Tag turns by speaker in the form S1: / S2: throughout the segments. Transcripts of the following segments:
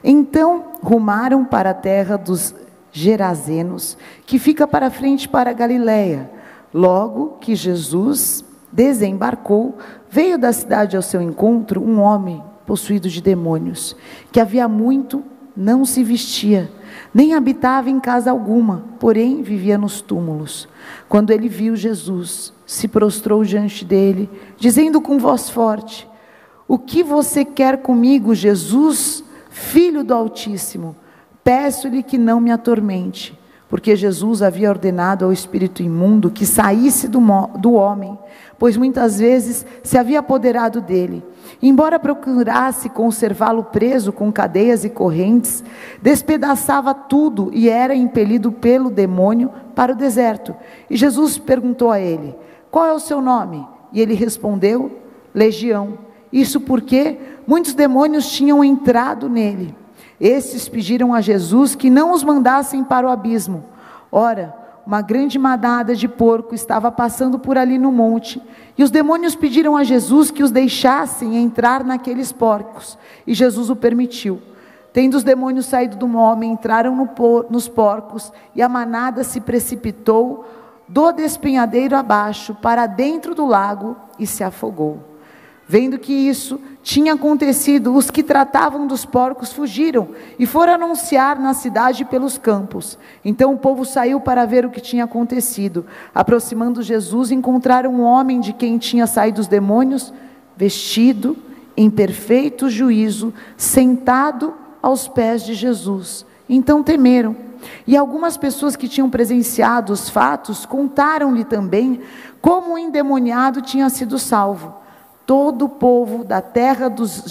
S1: Então rumaram para a terra dos Gerazenos, que fica para frente para a Galiléia. Logo que Jesus desembarcou, veio da cidade ao seu encontro um homem possuído de demônios, que havia muito não se vestia, nem habitava em casa alguma, porém vivia nos túmulos. Quando ele viu Jesus, se prostrou diante dele, dizendo com voz forte: o que você quer comigo, Jesus, Filho do Altíssimo? Peço-lhe que não me atormente. Porque Jesus havia ordenado ao espírito imundo que saísse do homem, pois muitas vezes se havia apoderado dele. Embora procurasse conservá-lo preso com cadeias e correntes, despedaçava tudo e era impelido pelo demônio para o deserto. E Jesus perguntou a ele: qual é o seu nome? E ele respondeu: Legião. Isso porque muitos demônios tinham entrado nele. Estes pediram a Jesus que não os mandassem para o abismo. Ora, uma grande manada de porco estava passando por ali no monte, e os demônios pediram a Jesus que os deixassem entrar naqueles porcos, e Jesus o permitiu. Tendo os demônios saído do homem, entraram nos porcos, e a manada se precipitou do despenhadeiro abaixo, para dentro do lago, e se afogou. Vendo que isso tinha acontecido, os que tratavam dos porcos fugiram e foram anunciar na cidade e pelos campos. Então o povo saiu para ver o que tinha acontecido. Aproximando Jesus, encontraram um homem de quem tinha saído os demônios, vestido em perfeito juízo, sentado aos pés de Jesus. Então temeram. E algumas pessoas que tinham presenciado os fatos contaram-lhe também como o endemoniado tinha sido salvo. Todo o povo da terra dos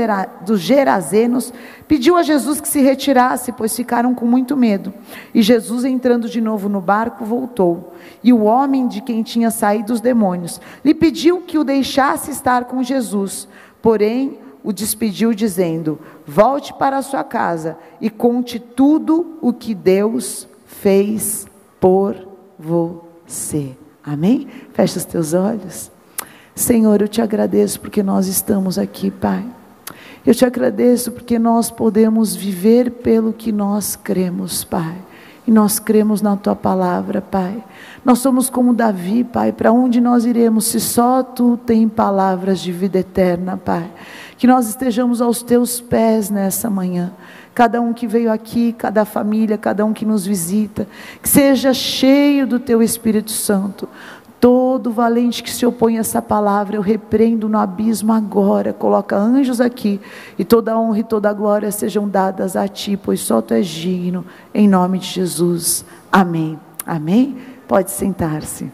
S1: Gerazenos pediu a Jesus que se retirasse, pois ficaram com muito medo. E Jesus, entrando de novo no barco, voltou. E o homem de quem tinha saído os demônios lhe pediu que o deixasse estar com Jesus. Porém, o despediu dizendo: volte para a sua casa e conte tudo o que Deus fez por você. Amém? Fecha os teus olhos. Senhor, eu te agradeço porque nós estamos aqui, Pai. Eu te agradeço porque nós podemos viver pelo que nós cremos, Pai. E nós cremos na Tua palavra, Pai. Nós somos como Davi, Pai. Para onde nós iremos se só Tu tem palavras de vida eterna, Pai? Que nós estejamos aos Teus pés nessa manhã. Cada um que veio aqui, cada família, cada um que nos visita. Que seja cheio do Teu Espírito Santo. Todo valente que se opõe a essa palavra, eu repreendo no abismo agora. Coloca anjos aqui, e toda a honra e toda a glória sejam dadas a Ti, pois só Tu és digno, em nome de Jesus. Amém. Amém? Pode sentar-se.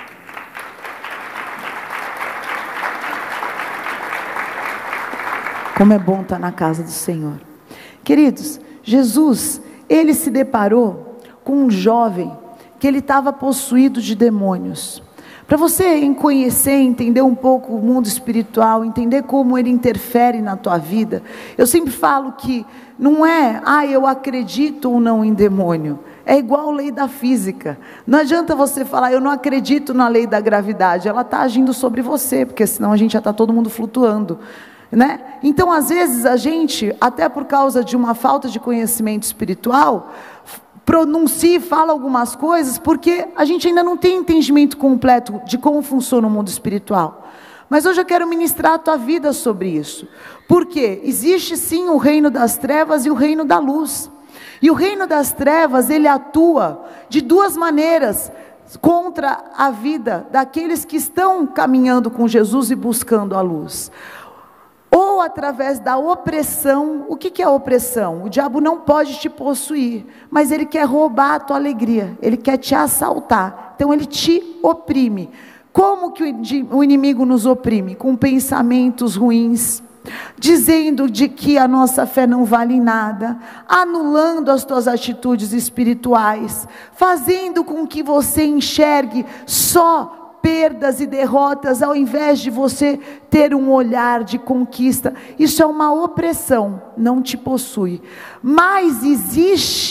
S1: Como é bom estar na casa do Senhor. Queridos, Jesus, Ele se deparou com um jovem que ele estava possuído de demônios. Para você conhecer, entender um pouco o mundo espiritual, entender como ele interfere na tua vida, eu sempre falo que não é, eu acredito ou não em demônio. É igual a lei da física. Não adianta você falar, eu não acredito na lei da gravidade. Ela está agindo sobre você, porque senão a gente já está todo mundo flutuando, né? Então às vezes a gente, até por causa de uma falta de conhecimento espiritual, pronuncia e fala algumas coisas, porque a gente ainda não tem entendimento completo de como funciona o mundo espiritual. Mas hoje eu quero ministrar a tua vida sobre isso, porque existe sim o reino das trevas e o reino da luz, e o reino das trevas, ele atua de duas maneiras, contra a vida daqueles que estão caminhando com Jesus e buscando a luz. Ou através da opressão. O que é opressão? O diabo não pode te possuir, mas ele quer roubar a tua alegria, ele quer te assaltar, então ele te oprime. Como que o inimigo nos oprime? Com pensamentos ruins, dizendo de que a nossa fé não vale nada, anulando as tuas atitudes espirituais, fazendo com que você enxergue só perdas e derrotas, ao invés de você ter um olhar de conquista. Isso é uma opressão, não te possui. Mas existe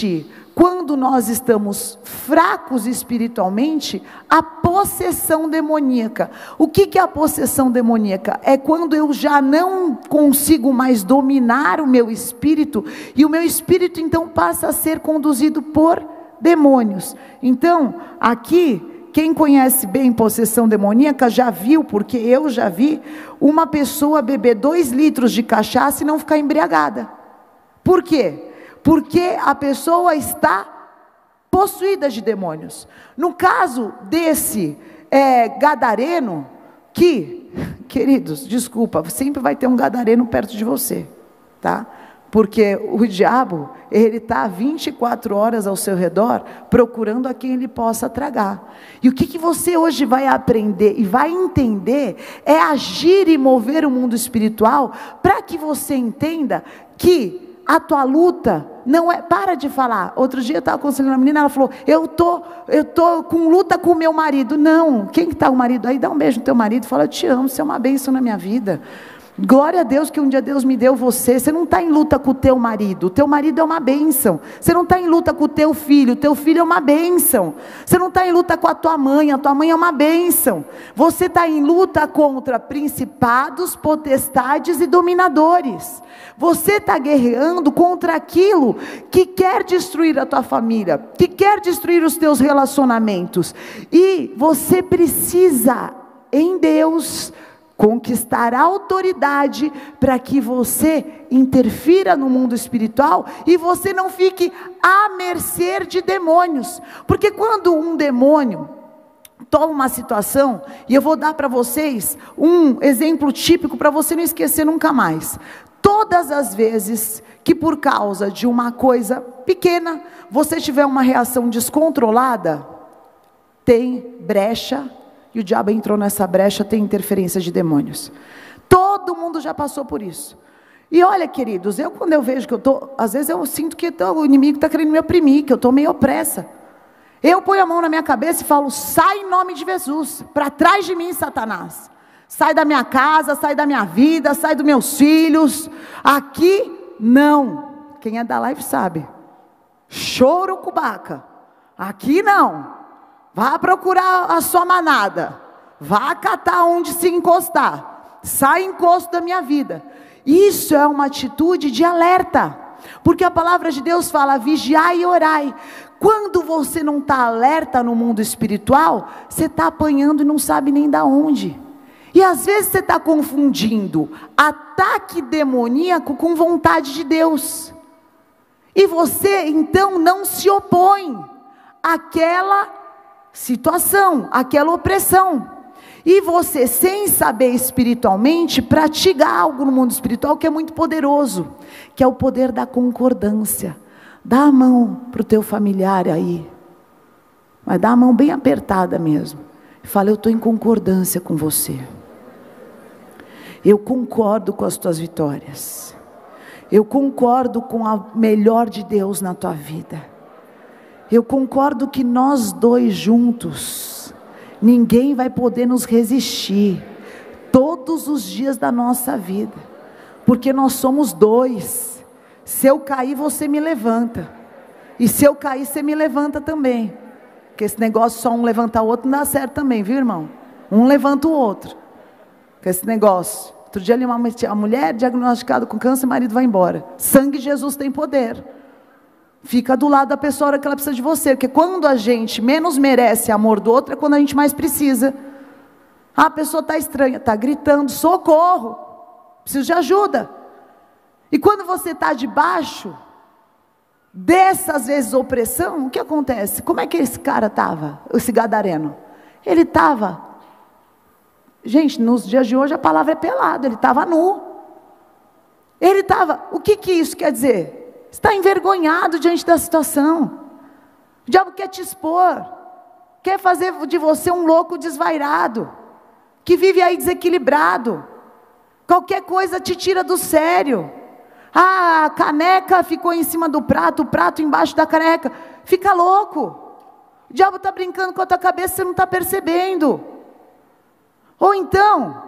S1: quando nós estamos fracos espiritualmente, a possessão demoníaca. O que é a possessão demoníaca? É quando eu já não consigo mais dominar o meu espírito, e o meu espírito então passa a ser conduzido por demônios. Então, aqui, quem conhece bem possessão demoníaca já viu, porque eu já vi, uma pessoa beber 2 litros de cachaça e não ficar embriagada. Por quê? Porque a pessoa está possuída de demônios. No caso desse gadareno, que, queridos, desculpa, sempre vai ter um gadareno perto de você, tá? Porque o diabo, ele está 24 horas ao seu redor, procurando a quem ele possa tragar. E o que você hoje vai aprender e vai entender, é agir e mover o mundo espiritual, para que você entenda que a tua luta não é, para de falar. Outro dia eu estava aconselhando a menina, ela falou, eu tô com luta com o meu marido. Não, quem que está o marido aí? Dá um beijo no teu marido, fala, eu te amo, você é uma bênção na minha vida. Glória a Deus que um dia Deus me deu você. Você não está em luta com o teu marido é uma bênção. Você não está em luta com o teu filho é uma bênção. Você não está em luta com a tua mãe é uma bênção. Você está em luta contra principados, potestades e dominadores. Você está guerreando contra aquilo que quer destruir a tua família, que quer destruir os teus relacionamentos, e você precisa, em Deus, conquistar a autoridade para que você interfira no mundo espiritual e você não fique à mercê de demônios. Porque quando um demônio toma uma situação, e eu vou dar para vocês um exemplo típico para você não esquecer nunca mais. Todas as vezes que por causa de uma coisa pequena você tiver uma reação descontrolada, tem brecha. E o diabo entrou nessa brecha, tem interferência de demônios. Todo mundo já passou por isso. E olha, queridos, quando eu vejo que às vezes eu sinto que o inimigo está querendo me oprimir, que eu estou meio opressa. Eu ponho a mão na minha cabeça e falo, sai em nome de Jesus, para trás de mim, Satanás. Sai da minha casa, sai da minha vida, sai dos meus filhos. Aqui, não. Quem é da live sabe. Choro cubaca. Aqui não. Vá procurar a sua manada, vá catar onde se encostar, sai encosto da minha vida. Isso é uma atitude de alerta, porque a palavra de Deus fala, vigiai e orai. Quando você não está alerta no mundo espiritual, você está apanhando e não sabe nem da onde. E às vezes você está confundindo ataque demoníaco com vontade de Deus, e você então não se opõe àquela situação, aquela opressão, e você, sem saber espiritualmente, pratica algo no mundo espiritual que é muito poderoso, que é o poder da concordância. Dá a mão para o teu familiar aí, mas dá a mão bem apertada mesmo, e fala, eu estou em concordância com você, eu concordo com as tuas vitórias, eu concordo com a melhor de Deus na tua vida. Eu concordo que nós dois juntos, ninguém vai poder nos resistir, todos os dias da nossa vida, porque nós somos dois. Se eu cair, você me levanta, e se eu cair, você me levanta também, porque esse negócio só um levantar o outro não dá certo também, viu, irmão? Um levanta o outro, com esse negócio. Outro dia ali a mulher diagnosticada com câncer, o marido vai embora. Sangue de Jesus tem poder. Fica do lado da pessoa a hora que ela precisa de você, porque quando a gente menos merece amor do outro, é quando a gente mais precisa. A pessoa está estranha, está gritando, socorro, preciso de ajuda. E quando você está debaixo dessas vezes opressão, o que acontece? Como é que esse cara estava, esse gadareno? Ele estava, gente, nos dias de hoje a palavra é pelado, ele estava nu. Ele estava, o que isso quer dizer? Está envergonhado diante da situação. O diabo quer te expor, quer fazer de você um louco desvairado, que vive aí desequilibrado. Qualquer coisa te tira do sério. A caneca ficou em cima do prato, o prato embaixo da caneca. Fica louco. O diabo está brincando com a tua cabeça, você não está percebendo. Ou então,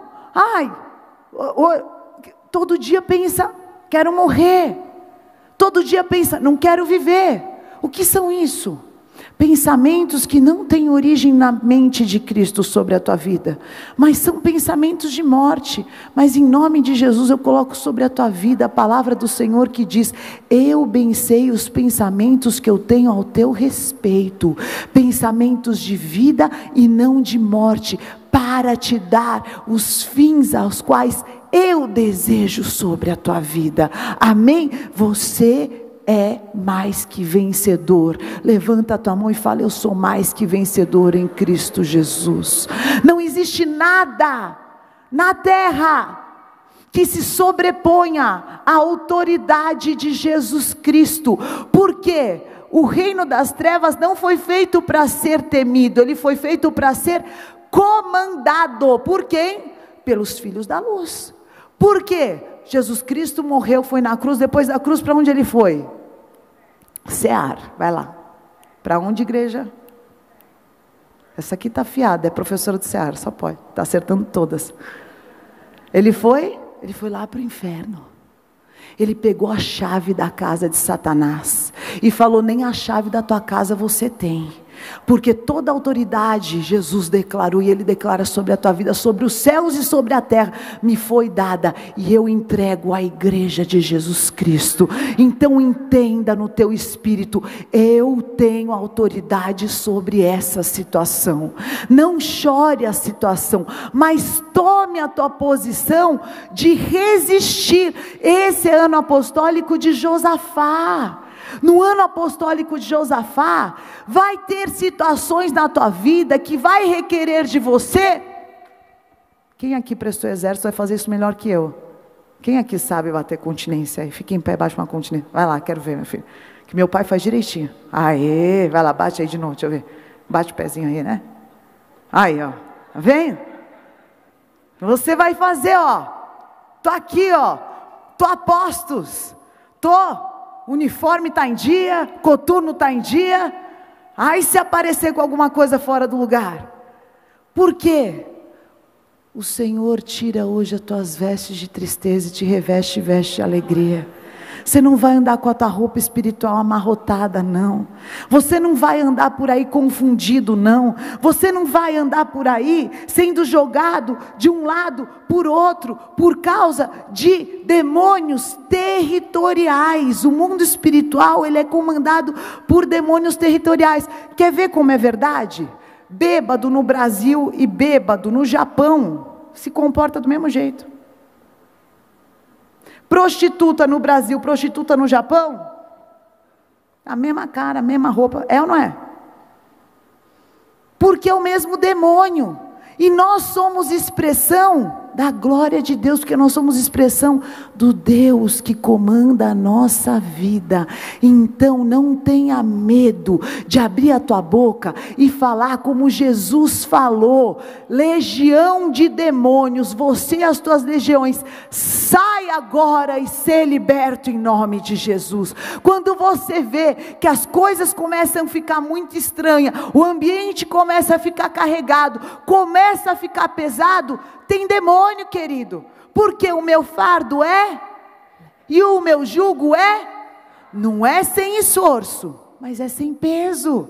S1: todo dia pensa, quero morrer. Todo dia pensa, não quero viver. O que são isso? Pensamentos que não têm origem na mente de Cristo sobre a tua vida, mas são pensamentos de morte. Mas em nome de Jesus eu coloco sobre a tua vida a palavra do Senhor que diz: eu bem sei os pensamentos que eu tenho ao teu respeito, pensamentos de vida e não de morte, para te dar os fins aos quais eu desejo sobre a tua vida. Amém? Você é mais que vencedor. Levanta a tua mão e fala: eu sou mais que vencedor em Cristo Jesus. Não existe nada na terra que se sobreponha à autoridade de Jesus Cristo. Por quê? O reino das trevas não foi feito para ser temido, ele foi feito para ser comandado. Por quem? Pelos filhos da luz. Por quê? Jesus Cristo morreu, foi na cruz. Depois da cruz, para onde ele foi? Cear, vai lá. Para onde, igreja? Essa aqui está afiada, é professora de Cear, só pode, está acertando todas. Ele foi lá para o inferno. Ele pegou a chave da casa de Satanás e falou: nem a chave da tua casa você tem, porque toda autoridade, Jesus declarou, e Ele declara sobre a tua vida, sobre os céus e sobre a terra, me foi dada, e eu entrego à igreja de Jesus Cristo. Então entenda no teu espírito: eu tenho autoridade sobre essa situação. Não chore a situação, mas tome a tua posição de resistir. Esse é ano apostólico de Josafá. No ano apostólico de Josafá, vai ter situações na tua vida que vai requerer de você. Quem aqui prestou exército vai fazer isso melhor que eu? Quem aqui sabe bater continência aí? Fica em pé, bate uma continência. Vai lá, quero ver, meu filho. Que meu pai faz direitinho. Aê, vai lá, bate aí de novo, deixa eu ver. Bate o pezinho aí, né? Aí, ó. Tá vendo? Você vai fazer, ó. Tô aqui, ó. Tô a postos. Uniforme está em dia, coturno está em dia. Aí se aparecer com alguma coisa fora do lugar. Por quê? O Senhor tira hoje as tuas vestes de tristeza e te reveste e veste de alegria. Você não vai andar com a tua roupa espiritual amarrotada, não. Você não vai andar por aí confundido, não. Você não vai andar por aí sendo jogado de um lado por outro, por causa de demônios territoriais. O mundo espiritual, ele é comandado por demônios territoriais. Quer ver como é verdade? Bêbado no Brasil e bêbado no Japão se comporta do mesmo jeito. Prostituta no Brasil, prostituta no Japão, a mesma cara, a mesma roupa, é ou não é? Porque é o mesmo demônio, e nós somos expressão da glória de Deus, porque nós somos expressão do Deus que comanda a nossa vida. Então não tenha medo de abrir a tua boca e falar como Jesus falou: legião de demônios, você e as tuas legiões, sai agora e ser liberto em nome de Jesus. Quando você vê que as coisas começam a ficar muito estranhas, o ambiente começa a ficar carregado, começa a ficar pesado, tem demônio, querido, porque o meu fardo é, e o meu jugo não é sem esforço, mas é sem peso,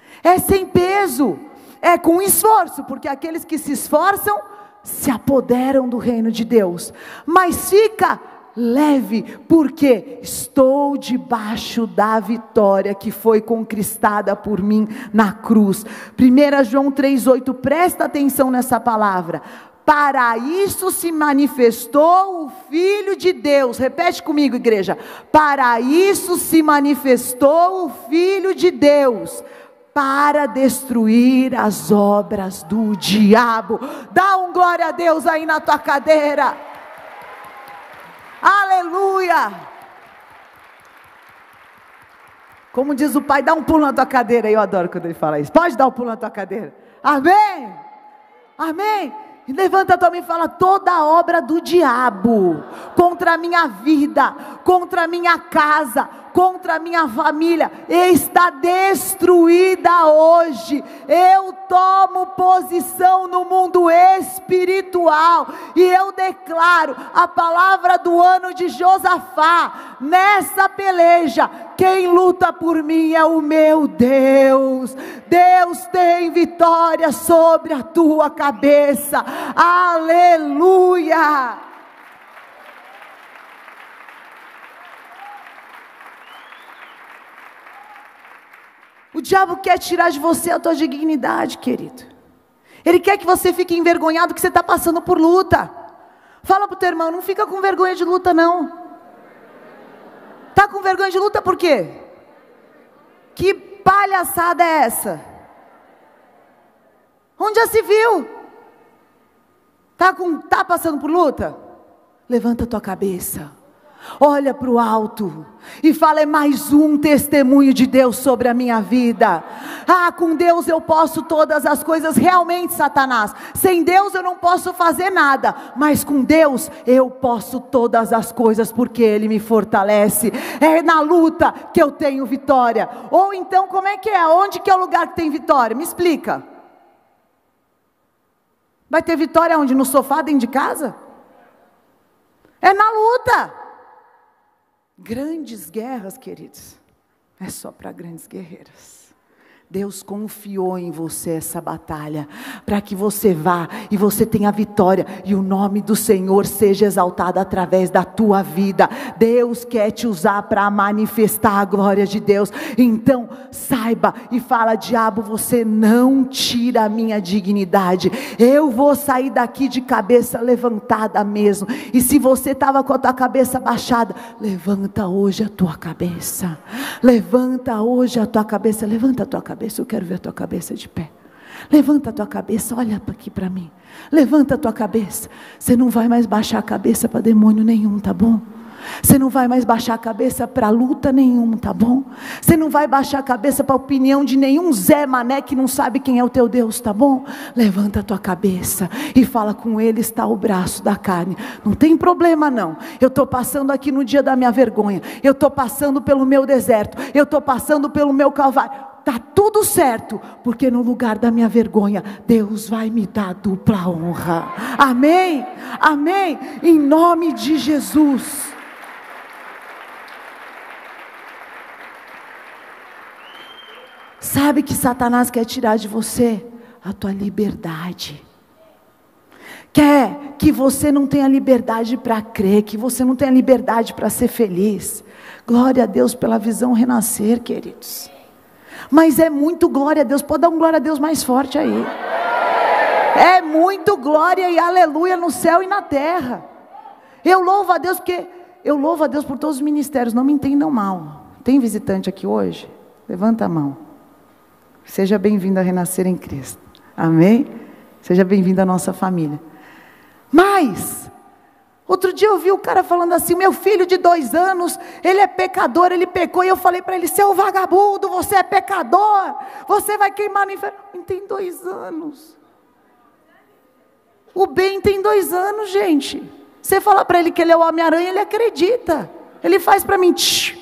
S1: é com esforço, porque aqueles que se esforçam, se apoderam do reino de Deus, mas fica leve, porque estou debaixo da vitória que foi conquistada por mim na cruz. 1 João 3,8, presta atenção nessa palavra: para isso se manifestou o Filho de Deus. Repete comigo, igreja: para isso se manifestou o Filho de Deus, para destruir as obras do diabo. Dá um glória a Deus aí na tua cadeira. Aleluia. Como diz o pai, dá um pulo na tua cadeira. Eu adoro quando ele fala isso. Pode dar um pulo na tua cadeira. Amém. Amém. E levanta a tua mão e fala: toda a obra do diabo contra a minha vida, contra a minha casa, contra a minha família, está destruída hoje. Eu tomo posição no mundo espiritual e eu declaro a palavra do ano de Josafá nessa peleja: quem luta por mim é o meu Deus. Deus tem vitória sobre a tua cabeça. Aleluia! O diabo quer tirar de você a tua dignidade, querido. Ele quer que você fique envergonhado que você está passando por luta. Fala para o teu irmão, não fica com vergonha de luta não. Está com vergonha de luta por quê? Que palhaçada é essa? Onde já se viu? Tá passando por luta? Levanta a tua cabeça. Olha para o alto e fala: é mais um testemunho de Deus sobre a minha vida. Com Deus eu posso todas as coisas. Realmente, Satanás, sem Deus eu não posso fazer nada, mas com Deus eu posso todas as coisas, porque Ele me fortalece. É na luta que eu tenho vitória. Ou então, como é que é? Onde que é o lugar que tem vitória? Me explica. Vai ter vitória onde? No sofá dentro de casa? É na luta. Grandes guerras, queridos, é só para grandes guerreiros. Deus confiou em você essa batalha, para que você vá e você tenha vitória, e o nome do Senhor seja exaltado através da tua vida. Deus quer te usar para manifestar a glória de Deus. Então saiba e fala: diabo, você não tira a minha dignidade. Eu vou sair daqui de cabeça levantada mesmo. E se você estava com a tua cabeça baixada, levanta hoje a tua cabeça. Levanta hoje a tua cabeça. Levanta a tua cabeça. Eu quero ver a tua cabeça de pé. Levanta a tua cabeça, olha aqui para mim. Levanta a tua cabeça. Você não vai mais baixar a cabeça para demônio nenhum, tá bom? Você não vai mais baixar a cabeça para luta nenhuma, tá bom? Você não vai baixar a cabeça para opinião de nenhum Zé Mané que não sabe quem é o teu Deus, tá bom? Levanta a tua cabeça e fala: com Ele está o braço da carne. Não tem problema não. Eu estou passando aqui no dia da minha vergonha. Eu estou passando pelo meu deserto. Eu estou passando pelo meu calvário. Está tudo certo, porque no lugar da minha vergonha, Deus vai me dar dupla honra. Amém? Amém? Em nome de Jesus. Sabe que Satanás quer tirar de você a tua liberdade. Quer que você não tenha liberdade para crer, que você não tenha liberdade para ser feliz. Glória a Deus pela visão renascer, queridos. Mas é muito glória a Deus. Pode dar um glória a Deus mais forte aí. É muito glória e aleluia no céu e na terra. Eu louvo a Deus por todos os ministérios. Não me entendam mal. Tem visitante aqui hoje? Levanta a mão. Seja bem-vindo a renascer em Cristo. Amém? Seja bem-vindo à nossa família. Mas outro dia eu vi o cara falando assim: meu filho de 2 anos, ele é pecador, ele pecou. E eu falei para ele: seu vagabundo, você é pecador, você vai queimar no inferno. Tem 2 anos. O Ben tem 2 anos, gente. Você fala para ele que ele é o Homem-Aranha, ele acredita. Ele faz para mim tch.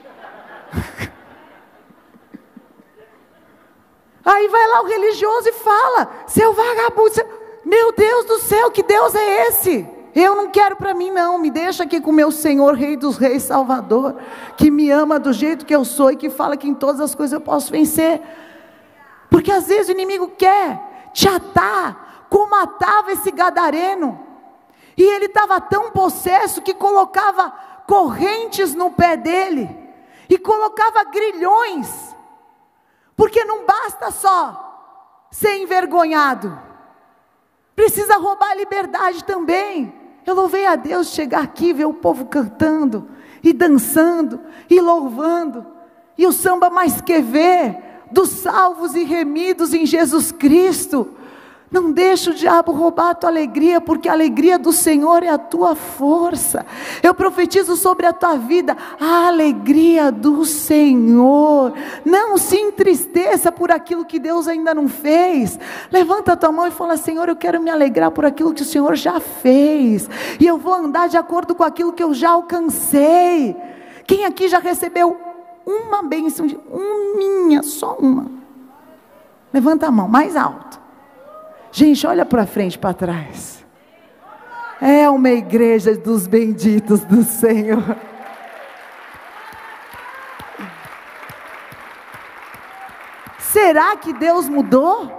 S1: Aí vai lá o religioso e fala: seu vagabundo, meu Deus do céu, que Deus é esse? Eu não quero para mim não, me deixa aqui com o meu Senhor, Rei dos Reis, Salvador, que me ama do jeito que eu sou e que fala que em todas as coisas eu posso vencer. Porque às vezes o inimigo quer te atar, como atava esse gadareno, e ele estava tão possesso que colocava correntes no pé dele, e colocava grilhões, porque não basta só ser envergonhado, precisa roubar a liberdade também. Eu louvei a Deus chegar aqui, ver o povo cantando, e dançando, e louvando, e o samba mais que ver, dos salvos e remidos em Jesus Cristo. Não deixa o diabo roubar a tua alegria, porque a alegria do Senhor é a tua força. Eu profetizo sobre a tua vida a alegria do Senhor. Não se entristeça por aquilo que Deus ainda não fez. Levanta a tua mão e fala: Senhor, eu quero me alegrar por aquilo que o Senhor já fez, e eu vou andar de acordo com aquilo que eu já alcancei. Quem aqui já recebeu uma bênção, só uma? Levanta a mão, mais alto. Gente, olha para frente, para trás. É uma igreja dos benditos do Senhor. Será que Deus mudou?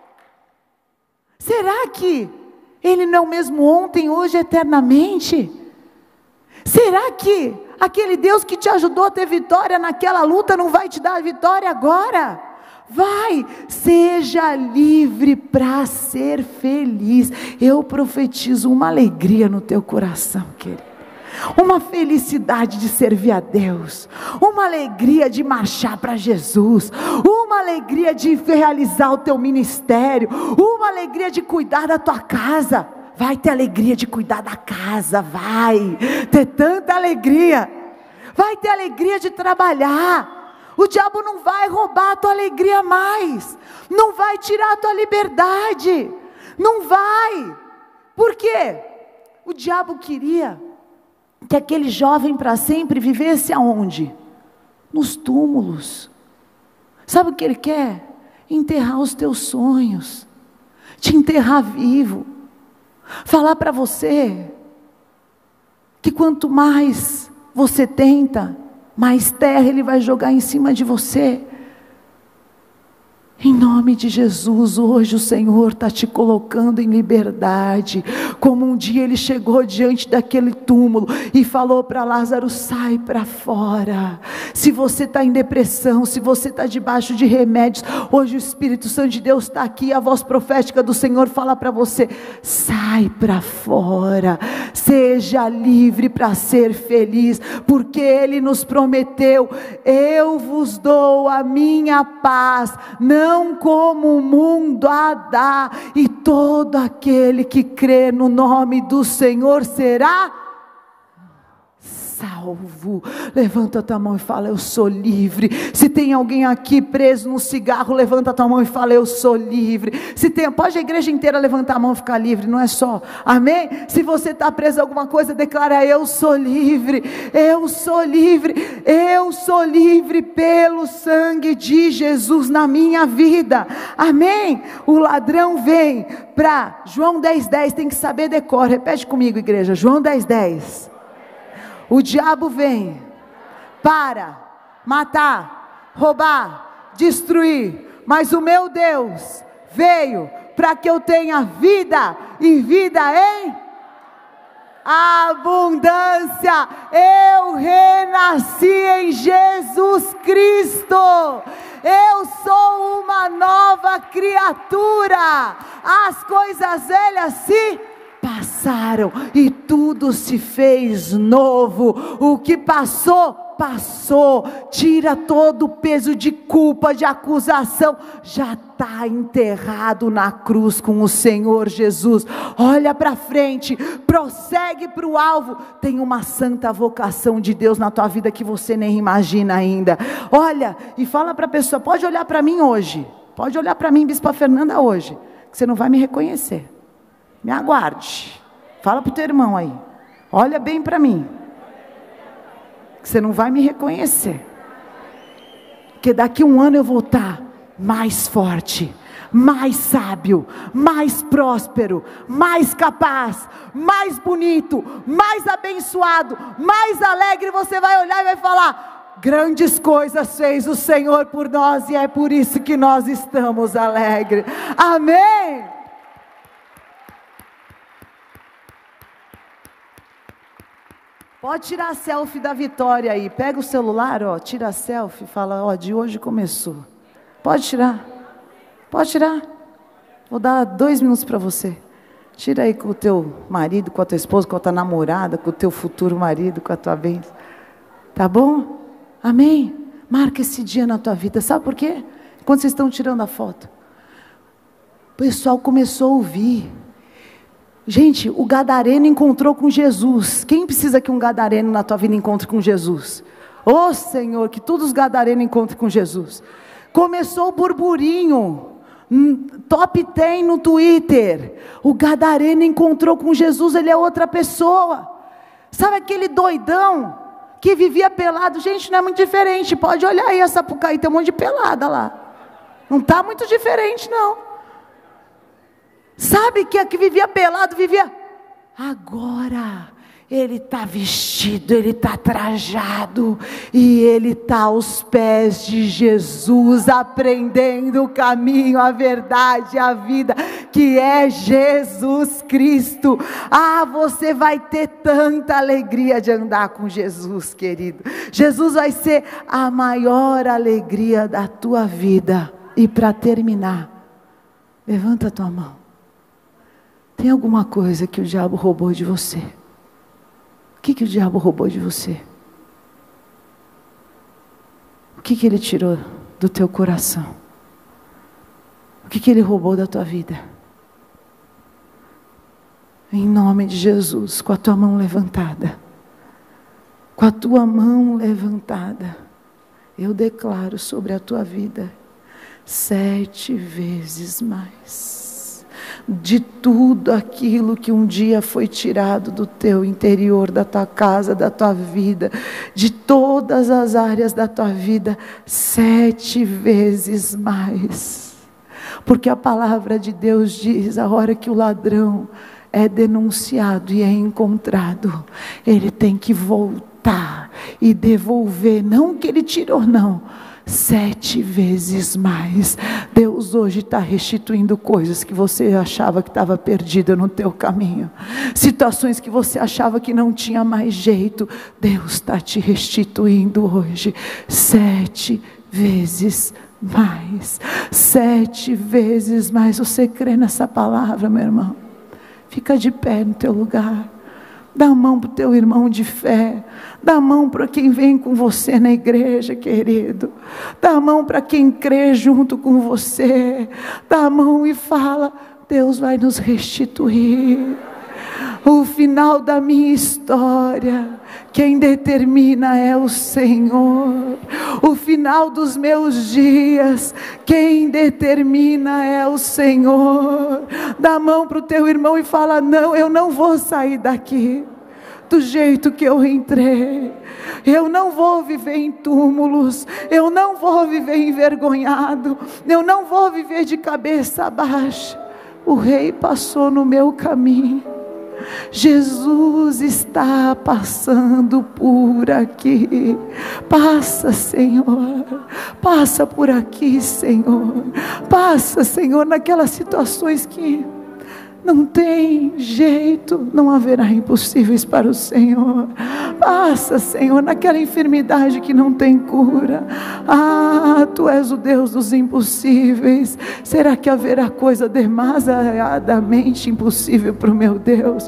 S1: Será que Ele não é o mesmo ontem, hoje, eternamente? Será que aquele Deus que te ajudou a ter vitória naquela luta não vai te dar vitória agora? Vai, seja livre para ser feliz. Eu profetizo uma alegria no teu coração, querido. Uma felicidade de servir a Deus, uma alegria de marchar para Jesus, uma alegria de realizar o teu ministério, uma alegria de cuidar da tua casa. Vai ter alegria de cuidar da casa, vai ter tanta alegria, vai ter alegria de trabalhar. O diabo não vai roubar a tua alegria mais, não vai tirar a tua liberdade, não vai. Por quê? O diabo queria que aquele jovem para sempre vivesse aonde? Nos túmulos. Sabe o que ele quer? Enterrar os teus sonhos, te enterrar vivo, falar para você que quanto mais você tenta, mais terra ele vai jogar em cima de você. Em nome de Jesus, hoje o Senhor está te colocando em liberdade, como um dia Ele chegou diante daquele túmulo e falou para Lázaro: sai para fora. Se você está em depressão, se você está debaixo de remédios, hoje o Espírito Santo de Deus está aqui, a voz profética do Senhor fala para você: sai para fora, seja livre para ser feliz, porque Ele nos prometeu: eu vos dou a minha paz, não como o mundo a dá, e todo aquele que crê no nome do Senhor será salvo. Levanta a tua mão e fala: eu sou livre. Se tem alguém aqui preso no cigarro, levanta a tua mão e fala: eu sou livre. Se tem, pode a igreja inteira levantar a mão e ficar livre, não é só, amém? Se você está preso a alguma coisa, declara: eu sou livre, eu sou livre, eu sou livre pelo sangue de Jesus na minha vida, amém? O ladrão vem para João 10:10, tem que saber decor, repete comigo, igreja, João 10:10. O diabo vem para matar, roubar, destruir, mas o meu Deus veio para que eu tenha vida e vida em abundância. Eu renasci em Jesus Cristo. Eu sou uma nova criatura. As coisas velhas se passaram e tudo se fez novo. O que passou, passou. Tira todo o peso de culpa, de acusação. Já está enterrado na cruz com o Senhor Jesus. Olha para frente, prossegue para o alvo. Tem uma santa vocação de Deus na tua vida que você nem imagina ainda. Olha e fala para a pessoa: pode olhar para mim hoje, pode olhar para mim, Bispa Fernanda, hoje, que você não vai me reconhecer. Me aguarde. Fala para o teu irmão aí: olha bem para mim, que você não vai me reconhecer, porque daqui um ano eu vou estar mais forte, mais sábio, mais próspero, mais capaz, mais bonito, mais abençoado, mais alegre. Você vai olhar e vai falar: grandes coisas fez o Senhor por nós, e é por isso que nós estamos alegres. Amém. Pode tirar a selfie da vitória aí. Pega o celular, ó, tira a selfie e fala: ó, de hoje começou. Pode tirar. Pode tirar. Vou dar 2 minutos para você. Tira aí com o teu marido, com a tua esposa, com a tua namorada, com o teu futuro marido, com a tua bênção. Tá bom? Amém? Marca esse dia na tua vida. Sabe por quê? Quando vocês estão tirando a foto, o pessoal começou a ouvir. Gente, o gadareno encontrou com Jesus. Quem precisa que um gadareno na tua vida encontre com Jesus? Ô Senhor, que todos os gadarenos encontrem com Jesus. Começou o burburinho, top 10 no Twitter. O gadareno encontrou com Jesus, ele é outra pessoa. Sabe aquele doidão que vivia pelado? Gente, não é muito diferente. Pode olhar aí a Sapucaí, tem um monte de pelada lá. Não está muito diferente não. Sabe que a que vivia pelado, vivia. Agora Ele está vestido, Ele está trajado, e Ele está aos pés de Jesus, aprendendo o caminho, a verdade, a vida, que é Jesus Cristo. Você vai ter tanta alegria de andar com Jesus, querido. Jesus vai ser a maior alegria da tua vida. E para terminar, levanta a tua mão. Tem alguma coisa que o diabo roubou de você? O que o diabo roubou de você? O que ele tirou do teu coração? O que ele roubou da tua vida? Em nome de Jesus, com a tua mão levantada, com a tua mão levantada, eu declaro sobre a tua vida 7 vezes mais. De tudo aquilo que um dia foi tirado do teu interior, da tua casa, da tua vida, de todas as áreas da tua vida, 7 vezes mais. Porque a palavra de Deus diz: a hora que o ladrão é denunciado e é encontrado, ele tem que voltar e devolver, não o que ele tirou, não, 7 vezes mais. Deus hoje está restituindo coisas que você achava que estava perdida no teu caminho, situações que você achava que não tinha mais jeito. Deus está te restituindo hoje 7 vezes mais. 7 vezes mais. Você crê nessa palavra, meu irmão? Fica de pé no teu lugar. Dá a mão para o teu irmão de fé. Dá a mão para quem vem com você na igreja, querido. Dá a mão para quem crê junto com você. Dá a mão e fala: Deus vai nos restituir. O final da minha história, quem determina é o Senhor. O final dos meus dias, quem determina é o Senhor. Dá a mão para o teu irmão e fala: não, eu não vou sair daqui do jeito que eu entrei. Eu não vou viver em túmulos, eu não vou viver envergonhado, eu não vou viver de cabeça baixa. O Rei passou no meu caminho. Jesus está passando por aqui. Passa, Senhor. Passa por aqui, Senhor. Passa, Senhor, naquelas situações que não tem jeito, não haverá impossíveis para o Senhor. Passa, Senhor, naquela enfermidade que não tem cura. Tu és o Deus dos impossíveis. Será que haverá coisa demasiadamente impossível para o meu Deus?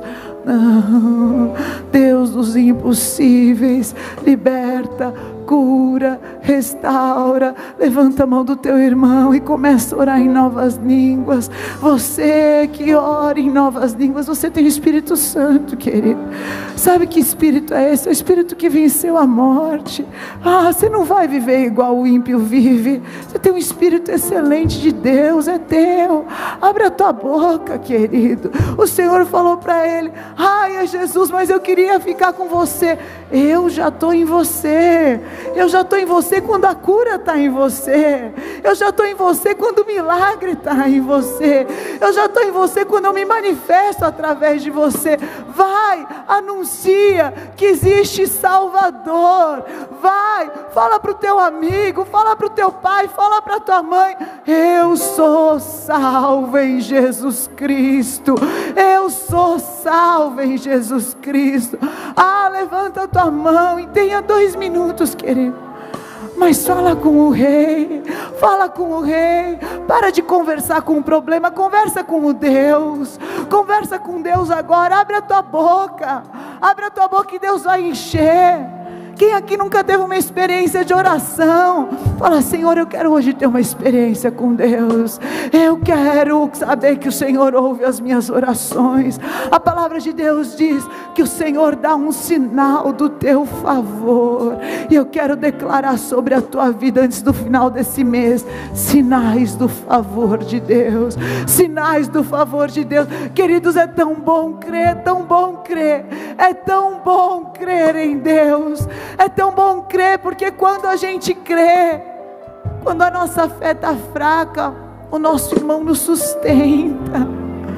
S1: Não. Deus dos impossíveis, liberta, cura, restaura. Levanta a mão do teu irmão e começa a orar em novas línguas. Você que ora em novas línguas, você tem o Espírito Santo, querido. Sabe que Espírito é esse? É o Espírito que venceu a morte. Você não vai viver igual o ímpio vive. Você tem um Espírito excelente de Deus, é teu. Abre a tua boca, querido. O Senhor falou para ele: é Jesus, mas eu queria ficar com você. Eu já estou em você. Eu já estou em você quando a cura está em você. Eu já estou em você quando o milagre está em você. Eu já estou em você quando eu me manifesto através de você. Vai, anuncia que existe Salvador. Vai, fala para o teu amigo, fala para o teu pai, fala para a tua mãe: eu sou salvo em Jesus Cristo. Eu sou salvo em Jesus Cristo. Levanta a tua mão e tenha 2 minutos, querido. Mas fala com o Rei. Fala com o Rei. Para de conversar com o problema. Conversa com o Deus. Conversa com Deus agora. Abre a tua boca. Abre a tua boca e Deus vai encher. Quem aqui nunca teve uma experiência de oração? Fala: Senhor, eu quero hoje ter uma experiência com Deus. Eu quero saber que o Senhor ouve as minhas orações. A palavra de Deus diz que o Senhor dá um sinal do teu favor. E eu quero declarar sobre a tua vida antes do final desse mês: sinais do favor de Deus. Sinais do favor de Deus. Queridos, é tão bom crer, é tão bom crer. É tão bom crer em Deus. É tão bom crer, porque quando a gente crê, quando a nossa fé está fraca, o nosso irmão nos sustenta. E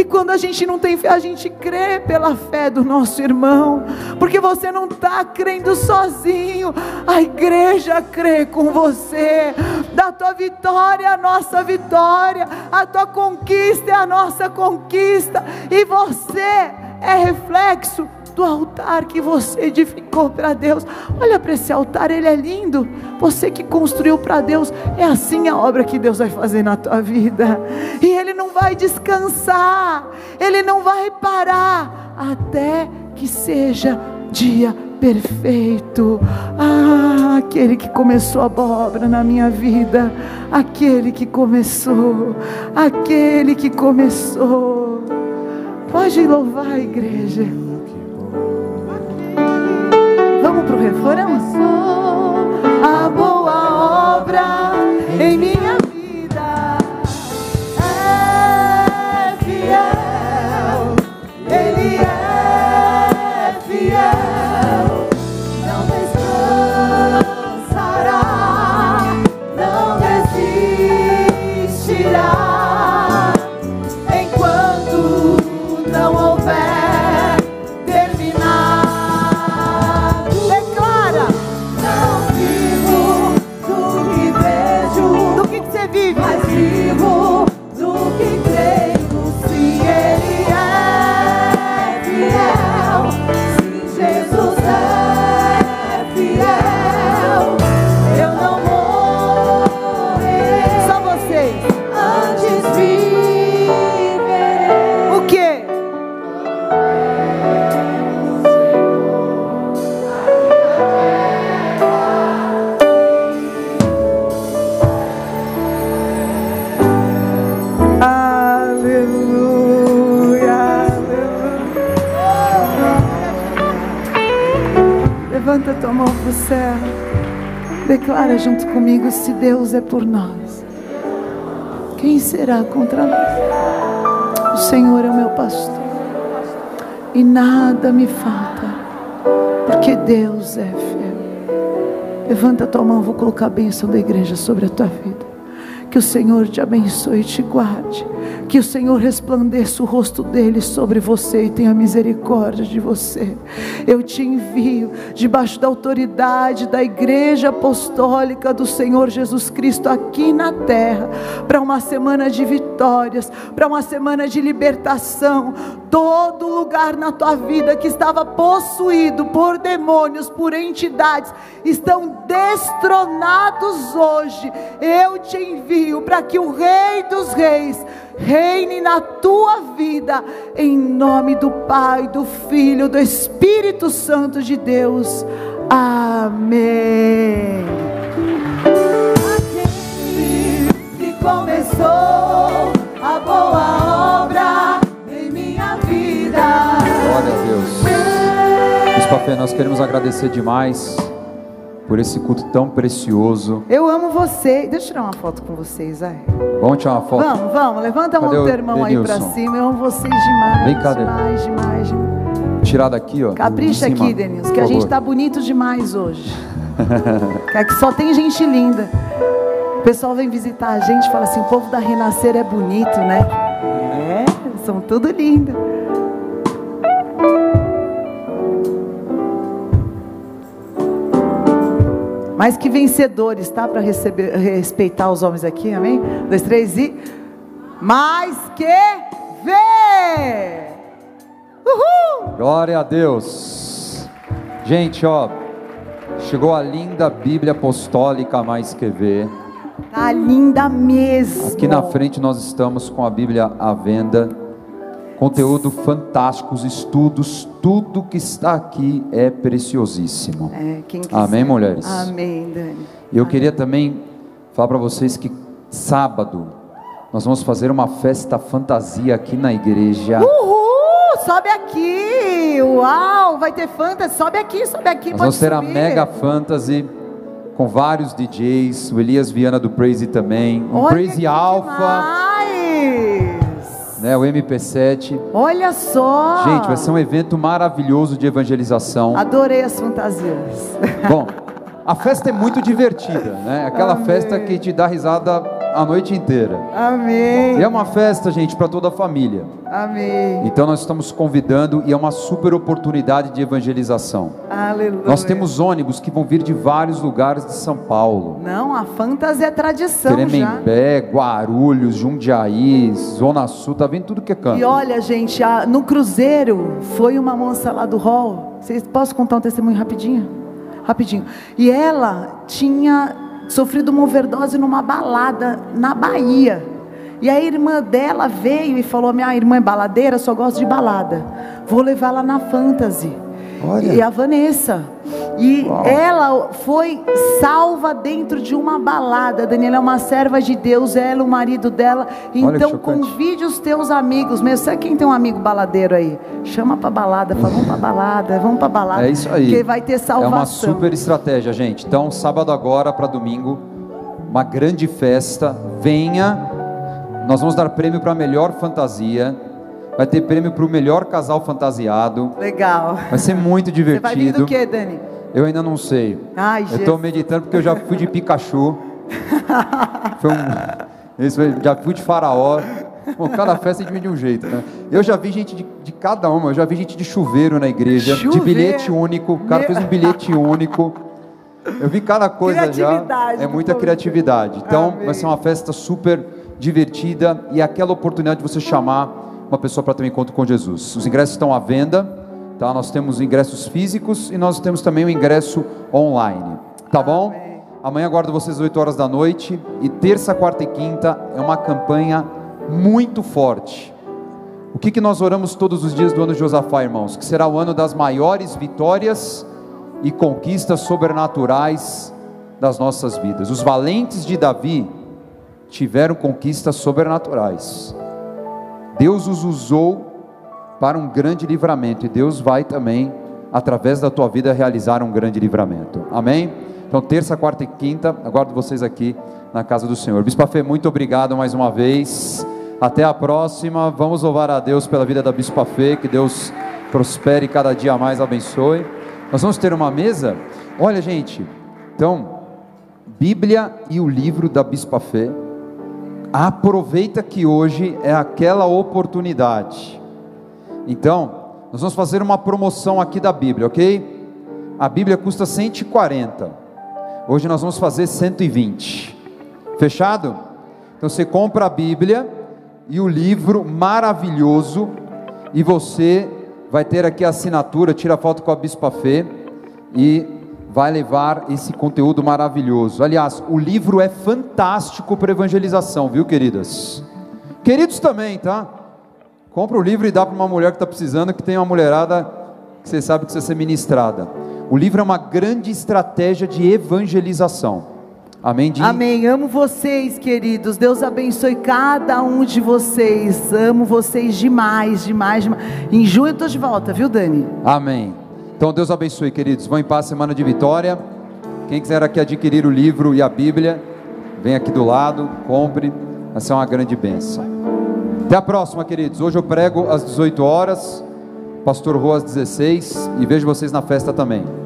S1: E quando a gente não tem fé, a gente crê pela fé do nosso irmão, porque você não está crendo sozinho, a igreja crê com você. Da tua vitória a nossa vitória, a tua conquista é a nossa conquista, e você é reflexo do altar que você edificou para Deus. Olha para esse altar, ele é lindo. Você que construiu para Deus. É assim a obra que Deus vai fazer na tua vida. E Ele não vai descansar, Ele não vai parar até que seja dia perfeito. Aquele que começou a boa obra na minha vida, aquele que começou. Pode louvar a igreja. Vamos pro refrão? A boa obra em minha vida é fiel, Ele é fiel, não descansará, não desistirá, enquanto não houver terminado. Declara: não vivo do que vejo, do que você vive, mas vivo do que creio. Sim, Ele é fiel, sim, Jesus é fiel, eu não morrerei. Só vocês. Antes viverei. O quê? Levanta tua mão para o céu. Declara junto comigo: se Deus é por nós, quem será contra nós? O Senhor é o meu pastor e nada me falta, porque Deus é fiel. Levanta tua mão, vou colocar a bênção da igreja sobre a tua vida. Que o Senhor te abençoe e te guarde. Que o Senhor resplandeça o rosto dele sobre você e tenha misericórdia de você. Eu te envio debaixo da autoridade da Igreja Apostólica do Senhor Jesus Cristo aqui na terra, para uma semana de vitórias, para uma semana de libertação. Todo lugar na tua vida que estava possuído por demônios, por entidades, estão destronados hoje. Eu te envio para que o Rei dos Reis reine na tua vida, em nome do Pai, do Filho, do Espírito Santo de Deus. Amém. Aquele que começou a boa obra em minha vida.
S2: Glória a Deus. Bispo Fê, nós queremos agradecer demais por esse culto tão precioso.
S1: Eu amo você. Deixa eu tirar uma foto com vocês, vai.
S2: Vamos tirar uma foto?
S1: Vamos. Levanta a mão do teu irmão aí pra cima. Eu amo vocês demais.
S2: Vem cá,
S1: demais.
S2: Tirar daqui, ó.
S1: Capricha aqui, Denilson, que a gente tá bonito demais hoje. Que aqui só tem gente linda. O pessoal vem visitar a gente e fala assim: o povo da Renascer é bonito, né? É, são tudo lindo. Mais que vencedores, tá? Para respeitar os homens aqui, amém? 1, 2, 3 e... mais que ver! Uhul!
S2: Glória a Deus. Gente, ó, chegou a linda Bíblia Apostólica Mais Que Ver.
S1: Tá linda mesmo.
S2: Aqui na frente nós estamos com a Bíblia à venda. Conteúdo fantástico, os estudos, tudo que está aqui é preciosíssimo.
S1: Quem quiser.
S2: Amém, mulheres?
S1: Amém, Dani.
S2: E eu queria também falar para vocês que sábado nós vamos fazer uma festa fantasia aqui na igreja.
S1: Uhul! Sobe aqui! Uau! Vai ter fantasy, sobe aqui,
S2: Nós vamos ter a Mega Fantasy com vários DJs, o Elias Viana do Praise também, o Praise Alpha, né, o MP7.
S1: Olha só!
S2: Gente, vai ser um evento maravilhoso de evangelização.
S1: Adorei as fantasias.
S2: Bom, A festa é muito divertida, né? Aquela
S1: Amém.
S2: Festa que te dá risada a noite inteira.
S1: Amém.
S2: E é uma festa, gente, para toda a família.
S1: Amém.
S2: Então nós estamos convidando e é uma super oportunidade de evangelização.
S1: Aleluia.
S2: Nós temos ônibus que vão vir de vários lugares de São Paulo.
S1: Não, a Fantasia é tradição.
S2: Tremembé, Guarulhos, Jundiaí, Zona Sul, tá vendo tudo que é canto.
S1: E olha, gente, no cruzeiro foi uma moça lá do hall. Posso contar um testemunho rapidinho? Rapidinho. E ela tinha sofrido uma overdose numa balada na Bahia. E a irmã dela veio e falou: minha irmã é baladeira, só gosta de balada. Vou levar ela na Fantasy.
S2: Olha.
S1: E a Vanessa. E
S2: Uau.
S1: ela foi salva dentro de uma balada. Daniela é uma serva de Deus, ela, o marido dela. Então convide os teus amigos mesmo. Sabe quem tem um amigo baladeiro aí? Chama pra balada, fala: vamos pra balada, vamos pra balada.
S2: É isso aí.
S1: Porque vai ter salvação.
S2: É uma super estratégia, gente. Então, sábado agora para domingo, uma grande festa. Venha. Nós vamos dar prêmio para a melhor fantasia. Vai ter prêmio para o melhor casal fantasiado.
S1: Legal.
S2: Vai ser muito divertido.
S1: Você vai vir do que, Dani?
S2: Eu ainda não sei.
S1: Ai,
S2: eu estou meditando porque eu já fui de Pikachu. Já fui de Faraó. Bom, cada festa a gente vem de um jeito, né? Eu já vi gente de cada uma. Eu já vi gente de chuveiro na igreja, de bilhete único. O cara fez um bilhete único. Eu vi cada coisa já. É muita criatividade. Então, amém, vai ser uma festa super divertida e aquela oportunidade de você chamar uma pessoa para ter um encontro com Jesus. Os ingressos estão à venda, tá? Nós temos ingressos físicos e nós temos também o ingresso online, tá bom? Amém. Amanhã aguardo vocês às 8 horas da noite e terça, quarta e quinta é uma campanha muito forte. O que nós oramos todos os dias do ano de Josafá, irmãos? Que será o ano das maiores vitórias e conquistas sobrenaturais das nossas vidas. Os valentes de Davi tiveram conquistas sobrenaturais. Deus os usou para um grande livramento, e Deus vai também, através da tua vida, realizar um grande livramento, amém? Então terça, quarta e quinta, aguardo vocês aqui na casa do Senhor. Bispa Fê, muito obrigado mais uma vez, até a próxima. Vamos louvar a Deus pela vida da Bispa Fê, que Deus prospere cada dia mais, abençoe. Nós vamos ter uma mesa, olha gente, então, Bíblia e o livro da Bispa Fê. Aproveita que hoje é aquela oportunidade. Então, nós vamos fazer uma promoção aqui da Bíblia, ok? A Bíblia custa 140. Hoje nós vamos fazer 120. Fechado? Então você compra a Bíblia e o livro maravilhoso, e você vai ter aqui a assinatura, tira foto com a Bispa Fê e vai levar esse conteúdo maravilhoso. Aliás, o livro é fantástico para evangelização, viu, queridas? Queridos também, tá? Compra o livro e dá para uma mulher que está precisando, que tem uma mulherada que você sabe que precisa ser ministrada. O livro é uma grande estratégia de evangelização. Amém?
S1: Amém. Amo vocês, queridos. Deus abençoe cada um de vocês. Amo vocês demais, demais, demais. Em junho eu estou de volta, viu, Dani?
S2: Amém. Então Deus abençoe, queridos. Vão em paz, semana de vitória. Quem quiser aqui adquirir o livro e a Bíblia, vem aqui do lado, compre. Vai ser uma grande bênção. Até a próxima, queridos. Hoje eu prego às 18 horas, Pastor Rô às 16, e vejo vocês na festa também.